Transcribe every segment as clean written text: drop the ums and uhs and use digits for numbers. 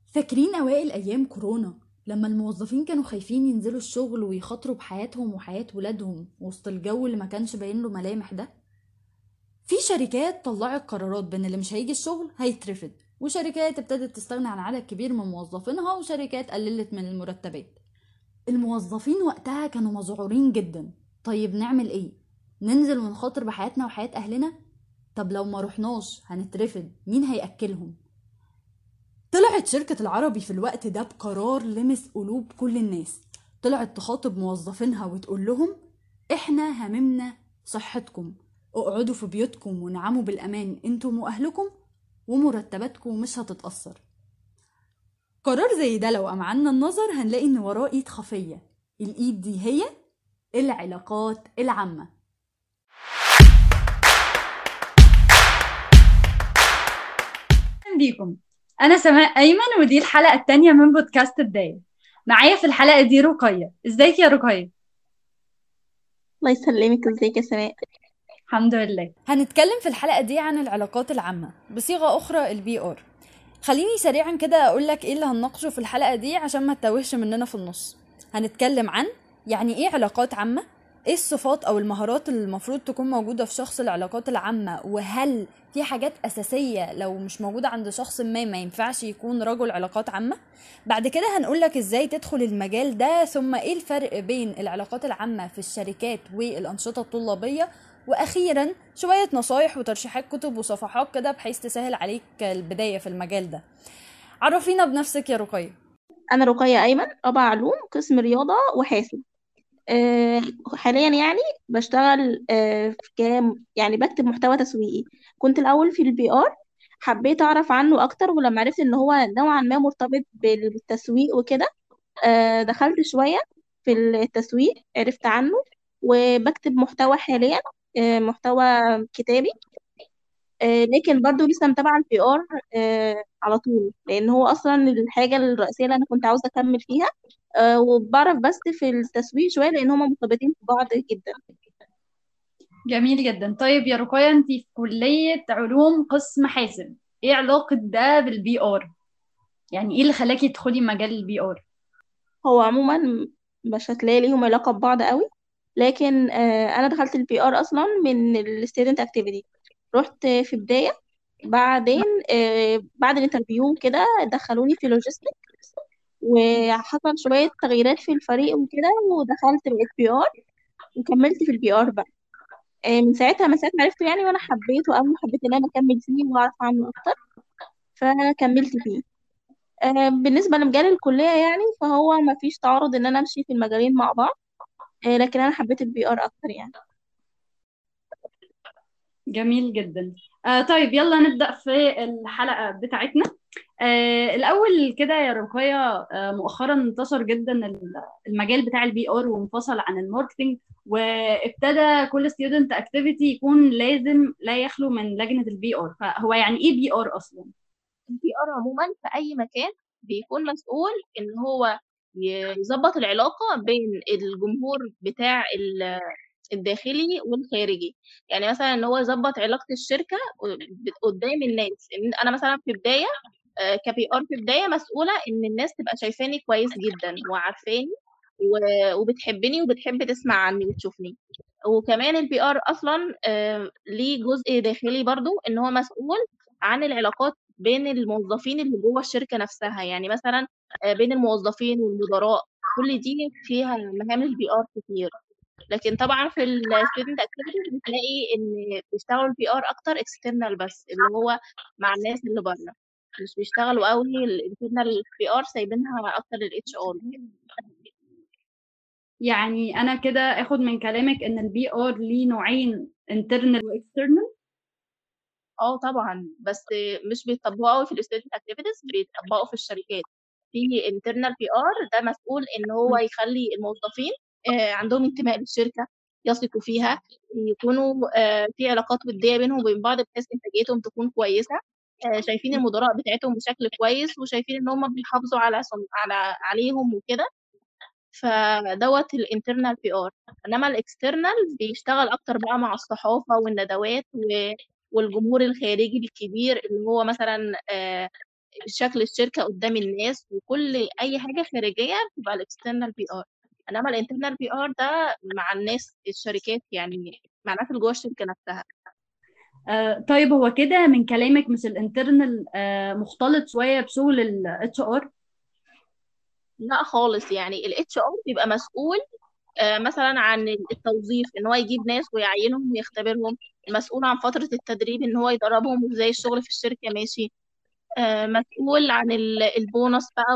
فاكرين أوائل أيام كورونا لما الموظفين كانوا خايفين ينزلوا الشغل ويخاطروا بحياتهم وحياة ولادهم وسط الجو اللي ما كانش باين له ملامح ده؟ في شركات طلعت قرارات بان اللي مش هيجي الشغل هيترفد، وشركات ابتدت تستغنى عن عدد كبير من موظفينها، وشركات قللت من المرتبات. الموظفين وقتها كانوا مذعورين جدا. طيب نعمل ايه؟ ننزل ونخاطر بحياتنا وحياة أهلنا؟ طب لو ما رحناش هنترفد، مين هيأكلهم؟ طلعت شركة العربي في الوقت ده بقرار لمس قلوب كل الناس. طلعت تخاطب موظفينها وتقول لهم: احنا هممنا صحتكم، اقعدوا في بيوتكم ونعموا بالأمان انتم وأهلكم، ومرتباتكم مش هتتأثر. قرار زي ده لو أمعنا النظر هنلاقي إن وراه إيد خفية. الإيد دي هي العلاقات العامة. أهلا بيكم. أنا سماء أيمن، ودي الحلقة التانية من بودكاست بداية. معايا في الحلقة دي رقية. ازيك يا رقية؟ الله يسلمك، ازيك يا سماء؟ الحمد لله. هنتكلم في الحلقة دي عن العلاقات العامة، بصيغة أخرى البي ار. خليني سريعا كده أقولك إيه اللي هنناقشه في الحلقة دي عشان ما تتوهش مننا في النص. هنتكلم عن يعني إيه علاقات عامة، إيه الصفات أو المهارات اللي المفروض تكون موجودة في شخص العلاقات العامة، وهل في حاجات أساسية لو مش موجودة عند شخص ما ينفعش يكون رجل علاقات عامة. بعد كده هنقولك إزاي تدخل المجال ده، ثم إيه الفرق بين العلاقات العامة في الشركات والأنشطة الطلابية، واخيرا شوية نصايح وترشيحات كتب وصفحات كده بحيث تسهل عليك البداية في المجال ده. عرفينا بنفسك يا رقية. انا رقية ايمن، رابعة علوم، قسم رياضة وحاسب. أه حاليا يعني بشتغل في كام، يعني بكتب محتوى تسويقي. كنت الاول في البي ار، حبيت اعرف عنه اكتر، ولما عرفت ان هو نوعا ما مرتبط بالتسويق وكده دخلت شوية في التسويق، عرفت عنه وبكتب محتوى حاليا، محتوى كتابي. لكن برضو لسه متابعة البي ار على طول، لأن هو أصلا الحاجة الرئيسية اللي أنا كنت عاوزة أكمل فيها. وبعرف بس في التسويق شوية، لأن هما مرتبطين ببعض جدا. جميل جدا. طيب يا رقية، انتي في كلية علوم قسم حاسب، ايه علاقة ده بالبي ار؟ يعني ايه اللي خلاكي تدخلي مجال البي ار؟ هو عموما مش هتلاقي ليهم علاقة ببعض قوي، لكن أنا دخلت البي ار أصلا من الستودنت اكتيفيتي. رحت في بداية، بعدين بعد الانترفيو كده دخلوني في لوجيستيك، وحصل شوية تغييرات في الفريق وكده، ودخلت بقيت بي ار وكملت في البي ار بقى. من ساعة ما عرفته يعني، وانا حبيته قوي وحبيت ان انا اكمل فيه واعرف عنه اكتر، فكملت فيه. بالنسبة لمجال الكلية يعني، فهو ما فيش تعارض ان انا امشي في المجالين مع بعض. لكن انا حبيت البي ار اكتر يعني. جميل جدا. طيب يلا نبدأ في الحلقة بتاعتنا. الأول كده يا رقية، مؤخرا انتشر جدا المجال بتاع البي ار وانفصل عن الماركتينج، وابتدى كل ستودنت اكتيفيتي يكون لازم لا يخلو من لجنة البي ار. فهو يعني ايه بي ار أصلا؟ البي ار عموما في اي مكان بيكون مسؤول ان هو يظبط العلاقة بين الجمهور بتاع الداخلي والخارجي. يعني مثلا ان هو يظبط علاقة الشركة قدام الناس. ان انا مثلا في بداية كبي ار في بداية مسؤولة ان الناس تبقى شايفاني كويس جدا وعارفاني وبتحبني وبتحب تسمع عني وتشوفني. وكمان البي ار اصلا ليه جزء داخلي برضو، ان هو مسؤول عن العلاقات بين الموظفين اللي جوه الشركة نفسها. يعني مثلا بين الموظفين والمدراء، كل دي فيها مهام البي ار كتير. لكن طبعا في الستودنت اكتيفيتيز بتلاقي ان بيشتغلوا البي ار اكتر اكسترنال، بس اللي هو مع الناس اللي بره، مش بيشتغلوا قوي الانترنال بي ار، سايبينها اكتر للاتش ار. يعني أنا كده اخد من كلامك ان البي ار ليه نوعين، internal و external. اه طبعا، بس مش بيطبقوا قوي في الستودنت اكتيفيتيز، بيطبقوا في الشركات. في انترنال بي ار ده مسؤول ان هو يخلي الموظفين عندهم انتماء للشركه، يثقوا فيها، يكونوا في علاقات وديه بينهم وبين بعض، بحيث انتاجيتهم تكون كويسه. شايفين المدراء بتاعتهم بشكل كويس، وشايفين ان هم بيحافظوا عليهم وكده. فدوت الانترنال بي ار. انما الاكسترنال بيشتغل اكتر بقى مع الصحافه والندوات والجمهور الخارجي الكبير، اللي هو مثلا شكل الشركة قدام الناس، وكل أي حاجة خارجية بتبقى الاكسترنال بي ار. انما الانترنال بي ار ده مع الناس الشركات، يعني مع الناس اللي جوه الشركة نفسها. طيب هو كده من كلامك مش الانترنال مختلط شوية بشغل الاتش ار؟ لا خالص، يعني الاتش ار بيبقى مسؤول مثلا عن التوظيف، ان هو يجيب ناس ويعينهم ويختبرهم، مسؤول عن فترة التدريب ان هو يدربهم وازاي الشغل في الشركة ماشي، مسؤول عن البونص بقى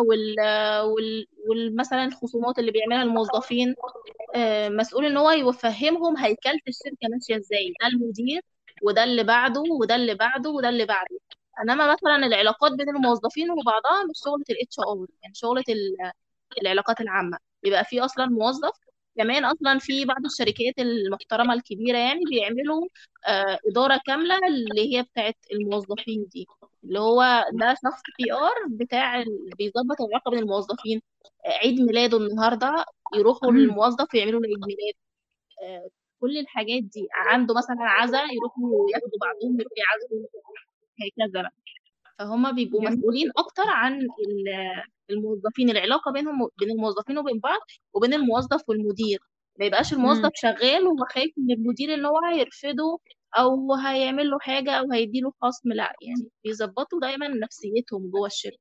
مثلا الخصومات اللي بيعملها الموظفين، مسؤول ان هو يفهمهم هيكلة الشركة ماشية ازاي، ده المدير وده اللي بعده وده اللي بعده وده اللي بعده. انما مثلا العلاقات بين الموظفين وبعضها مش شغلة الاتش ار، يعني شغلة العلاقات العامة. بيبقى في أصلا موظف. كمان أصلا في بعض الشركات المحترمة الكبيرة يعني بيعملوا إدارة كاملة اللي هي بتاعت الموظفين دي، اللي هو ده شخص بي ار بيظبط العلاقة بين الموظفين. عيد ميلاده النهاردة يروحوا مم. للموظف ويعملوا له عيد ميلاد. آه، كل الحاجات دي عنده مثلا عزا يروحوا ياخدوا بعضهم يروحوا يعزوا، هكذا. فهم بيبقوا جميل. مسؤولين اكتر عن الموظفين، العلاقه بين الموظفين وبين بعض، وبين الموظف والمدير. ما يبقاش مم. الموظف شغال وهو خايف من المدير ان هو هيرفضه او هيعمل له حاجه او هيديله خصم، لا يعني بيظبطوا دايما نفسيتهم جوه الشركه.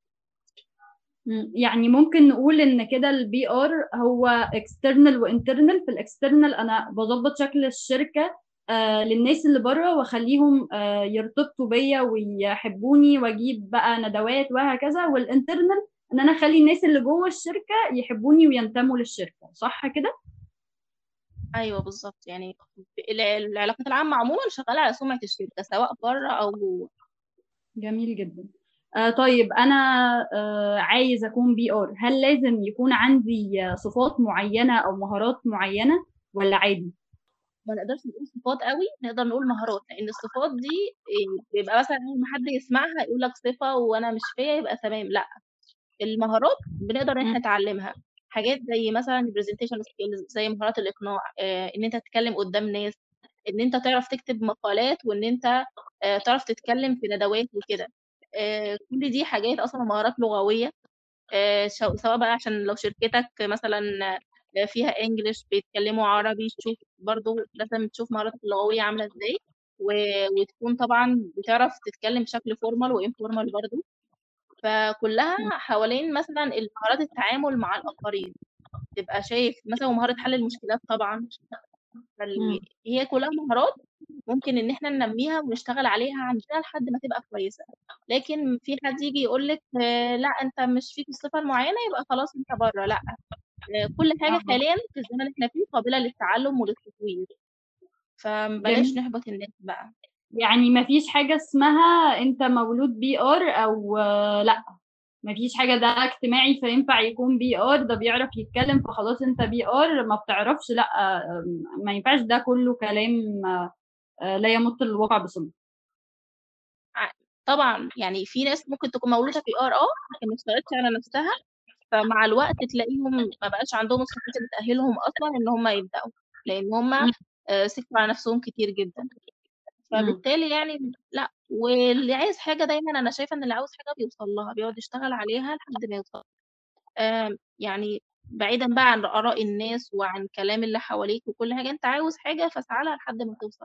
يعني ممكن نقول ان كده البي ار هو اكسترنال وانترنال. في الاكسترنال انا بظبط شكل الشركه للناس اللي بره واخليهم يرتبطوا بيا ويحبوني واجيب بقى ندوات وهكذا. والانترنال ان انا اخلي الناس اللي جوه الشركه يحبوني وينتموا للشركه، صح كده؟ ايوه بالظبط، يعني العلاقات العامه عموما شغاله على سمعه الشركه سواء بره او جوه. جميل جدا. طيب انا عايز اكون بي ار، هل لازم يكون عندي صفات معينه او مهارات معينه ولا عادي؟ ما نقدرش نقول صفات قوي، نقدر نقول مهارات، لان الصفات دي بيبقى مثلا اول ما حد يسمعها يقول لك صفه وانا مش فيها يبقى تمام، لا. المهارات بنقدر ان احنا نتعلمها. حاجات زي مثلا البرزنتيشن سكيلز، زي مهارات الاقناع، ان انت تتكلم قدام ناس، ان انت تعرف تكتب مقالات، وان انت تعرف تتكلم في ندوات وكده. كل دي حاجات اصلا مهارات لغويه. سواء بقى عشان لو شركتك مثلا فيها انجليش بيتكلموا عربي، تشوف برضو لازم تشوف مهاراتك اللغوية عاملة ازاي، وتكون طبعا بتعرف تتكلم بشكل فورمال وانفورمال برضو. فكلها حوالين مثلا مهارات التعامل مع الآخرين، تبقى شايف مثلا، ومهارة حل المشكلات طبعا. مم. هي كلها مهارات ممكن ان احنا ننميها ونشتغل عليها عندنا لحد ما تبقى كويسة. لكن في حد يجي يقول لك لا انت مش فيك الصفة المعينة يبقى خلاص انت بره، لا. كل حاجة آه. حاليا في الزمن اللي احنا فيه قابلة للتعلم وللتطوير، فبلاش جميل. نحبط الناس بقى. يعني مفيش حاجة اسمها انت مولود بي ار او لا، مفيش حاجة ده اجتماعي فينفع يكون بي ار، ده بيعرف يتكلم فخلاص انت بي ار، ما بتعرفش لا. ما ينفعش، ده كله كلام لا يمت الواقع بصلة. ع- طبعا يعني في ناس ممكن تكون مولودة بي ار لكن ما اشتغلتش على نفسها، فمع الوقت تلاقيهم ما بقاش عندهم الصفات اللي تأهلهم أصلا إن هم يبدأوا، لأن هم مم. سكتوا على نفسهم كتير جدا. مم. فبالتالي يعني لا، واللي عايز حاجة دايما أنا شايفة إن اللي عاوز حاجة بيوصل لها، بيقعد يشتغل عليها لحد ما يوصل. يعني بعيدا بقى عن آراء الناس وعن كلام اللي حواليك وكل حاجة، أنت عاوز حاجة فاسعى لها لحد ما توصل.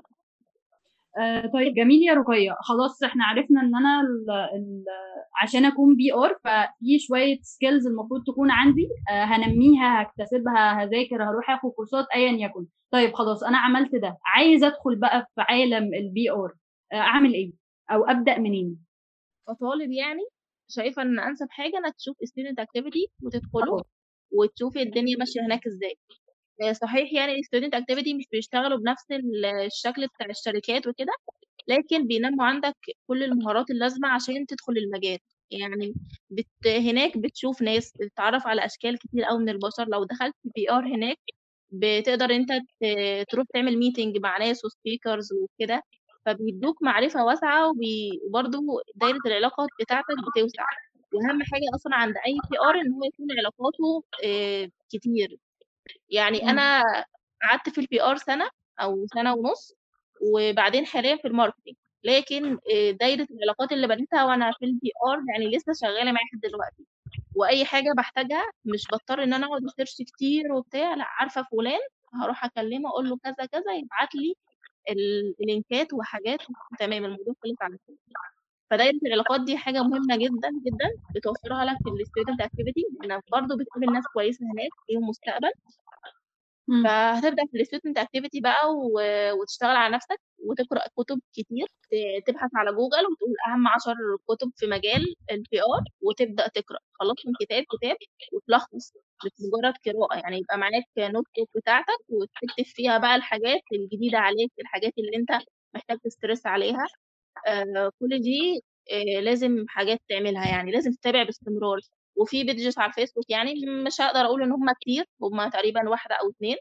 طيب جميل يا رقية، خلاص احنا عرفنا ان انا عشان اكون بي ار ففي شوية سكيلز المفروض تكون عندي، هنميها هكتسبها هذاكر هروح اخد كورسات ايا يكن. طيب خلاص انا عملت ده، عايز ادخل بقى في عالم البي ار، اعمل ايه او ابدأ منين؟ كطالب يعني شايفة إن أنسب حاجة إنك تشوف student activity وتدخله اه. وتشوفي الدنيا ماشية هناك إزاي. صحيح يعني ال student activity مش بيشتغلوا بنفس الشكل بتاع الشركات وكده، لكن بينموا عندك كل المهارات اللازمة عشان تدخل المجال. يعني هناك بتشوف ناس، بتتعرف على أشكال كتير قوي من البشر. لو دخلت بي ار هناك بتقدر انت تروح تعمل ميتنج مع ناس وسبيكرز وكده، فبيدوك معرفة واسعة، وبرضه دايرة العلاقات بتاعتك بتوسع. واهم حاجة اصلا عند اي بي ار ان هو يكون علاقاته كتير. يعني مم. انا قعدت في البي ار سنة او سنة ونص، وبعدين حاليا في الماركتينج. لكن دايرة العلاقات اللي بنيتها وانا في البي ار يعني لسه شغالة معايا لحد دلوقتي. واي حاجة بحتاجها مش بضطر ان انا اقعد اسيرش كتير وبتاع، لا عارفة فلان هروح اكلمه اقول له كذا كذا يبعت لي اللينكات وحاجات، تمام الموضوع خلص على كده. فدايرة العلاقات دي حاجة مهمة جدا جدا بتوفرها لك في الستودنت اكتيفيتي، لانك برضه بتقابل ناس كويسة هناك ليهم مستقبل. مم. فهتبدأ في الستودنت اكتيفيتي بقى وتشتغل على نفسك وتقرأ كتب كتير، تبحث على جوجل وتقول أهم 10 كتب في مجال البي ار وتبدأ تقرأ، خلصهم كتاب كتاب وتلخص، مش مجرد قراءة. يعني يبقى معاك نوت بوك بتاعتك وتكتب فيها بقى الحاجات الجديدة عليك، الحاجات اللي انت محتاج تسترس عليها. كل دي لازم حاجات تعملها، يعني لازم تتابع باستمرار. وفي بيدجز على الفيسبوك، يعني مش هقدر اقول ان هم كتير، هم تقريبا واحدة او اتنين،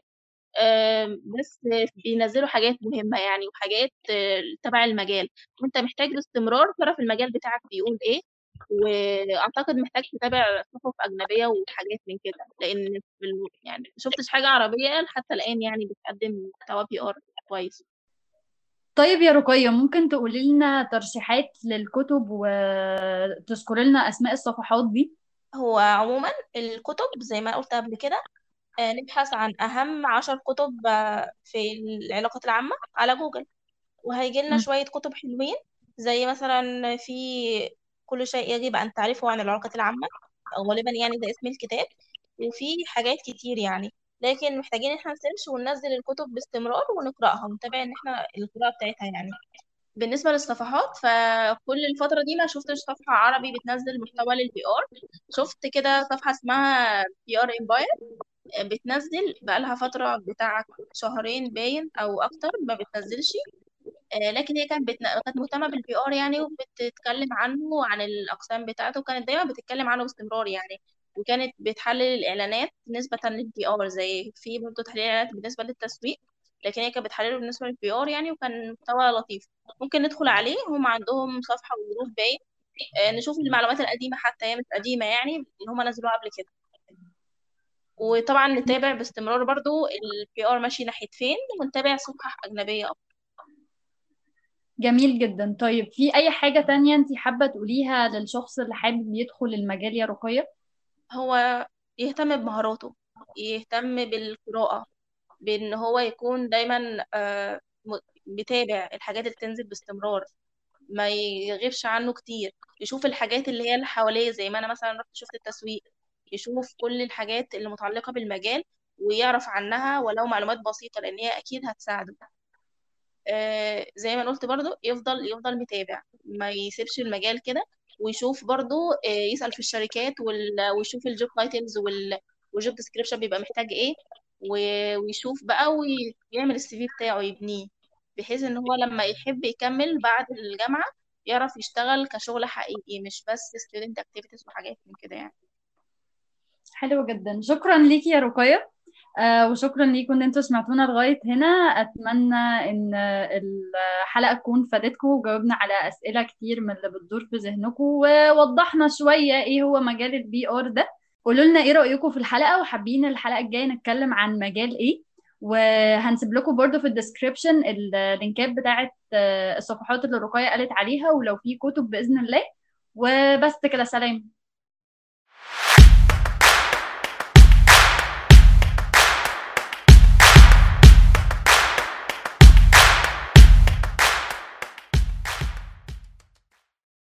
بس بينزلوا حاجات مهمة يعني، وحاجات تبع المجال، وانت محتاج باستمرار تعرف المجال بتاعك بيقول ايه. واعتقد محتاج تتابع صحف اجنبية وحاجات من كده، لان يعني مشفتش حاجة عربية حتى الان يعني بتقدم محتوى بي ار كويس. طيب يا رقية، ممكن تقولي لنا ترشيحات للكتب وتذكري لنا أسماء الصفحات دي؟ هو عموما الكتب زي ما قلت قبل كده، نبحث عن أهم 10 كتب في العلاقات العامة على جوجل، وهيجي لنا مم. شوية كتب حلوين، زي مثلا في كل شيء يجب أن تعرفه عن العلاقات العامة، غالبا يعني ده اسم الكتاب. وفي حاجات كتير يعني، لكن محتاجين احنا نسيرش وننزل الكتب باستمرار ونقرأها ونتابع ان احنا القراءة بتاعتها يعني. بالنسبة للصفحات، فكل الفترة دي ما شفتش صفحة عربي بتنزل محتوى للبي ار. شفت كده صفحة اسمها بي ار امباير، بتنزل بقالها فترة بتاع شهرين باين أو أكتر ما بتنزلش. لكن هي كانت مهتمة بالبي ار يعني، وبتتكلم عنه وعن الأقسام بتاعته، وكانت دايما بتتكلم عنه باستمرار يعني. وكانت بتحلل الإعلانات نسبة للبي ار، زي في برضه تحليل إعلانات بالنسبة للتسويق، لكن هي كانت بتحلله بالنسبة للبي ار يعني، وكان محتوى لطيف. ممكن ندخل عليه، هم عندهم صفحة وجروب باين، نشوف المعلومات القديمة، حتى هي مش قديمة يعني، اللي هم نزلوها قبل كده. وطبعا نتابع باستمرار برضو البي ار ماشي ناحية فين، ونتابع صفحة أجنبية أكتر. جميل جدا. طيب، في أي حاجة تانية أنت حابة تقوليها للشخص اللي حابب يدخل المجال يا رقية؟ هو يهتم بمهاراته، يهتم بالقراءة، بإن هو يكون دايما بيتابع الحاجات اللي تنزل باستمرار، ما يغيبش عنه كتير، يشوف الحاجات اللي هي اللي حواليه، زي ما أنا مثلا رحت شفت التسويق، يشوف كل الحاجات اللي متعلقة بالمجال ويعرف عنها ولو معلومات بسيطة، لأن هي أكيد هتساعده. زي ما قلت برضو يفضل متابع، ما يسيبش المجال كده، ويشوف برضو يسأل في الشركات ويشوف الجوب تايتلز والجوب ديسكريبشن بيبقى محتاج ايه، ويشوف بقى ويعمل السي في بتاعه يبنيه، بحيث ان هو لما يحب يكمل بعد الجامعة يعرف يشتغل كشغل حقيقي، مش بس student activities وحاجات من كده يعني. حلو جدا، شكرا ليكي يا رقية. وشكرا ليكم ان انتوا سمعتونا لغاية هنا. اتمنى ان الحلقة تكون فادتكم وجاوبنا على اسئلة كتير من اللي بتدور في ذهنكم، ووضحنا شوية ايه هو مجال البي ار ده. قولوا لنا ايه رأيكم في الحلقة، وحابين الحلقة الجاية نتكلم عن مجال ايه. وهنسيب لكم برضو في الديسكريبشن اللينكات بتاعت الصفحات اللي رقية قالت عليها، ولو في كتب بإذن الله. وبس كده، سلام.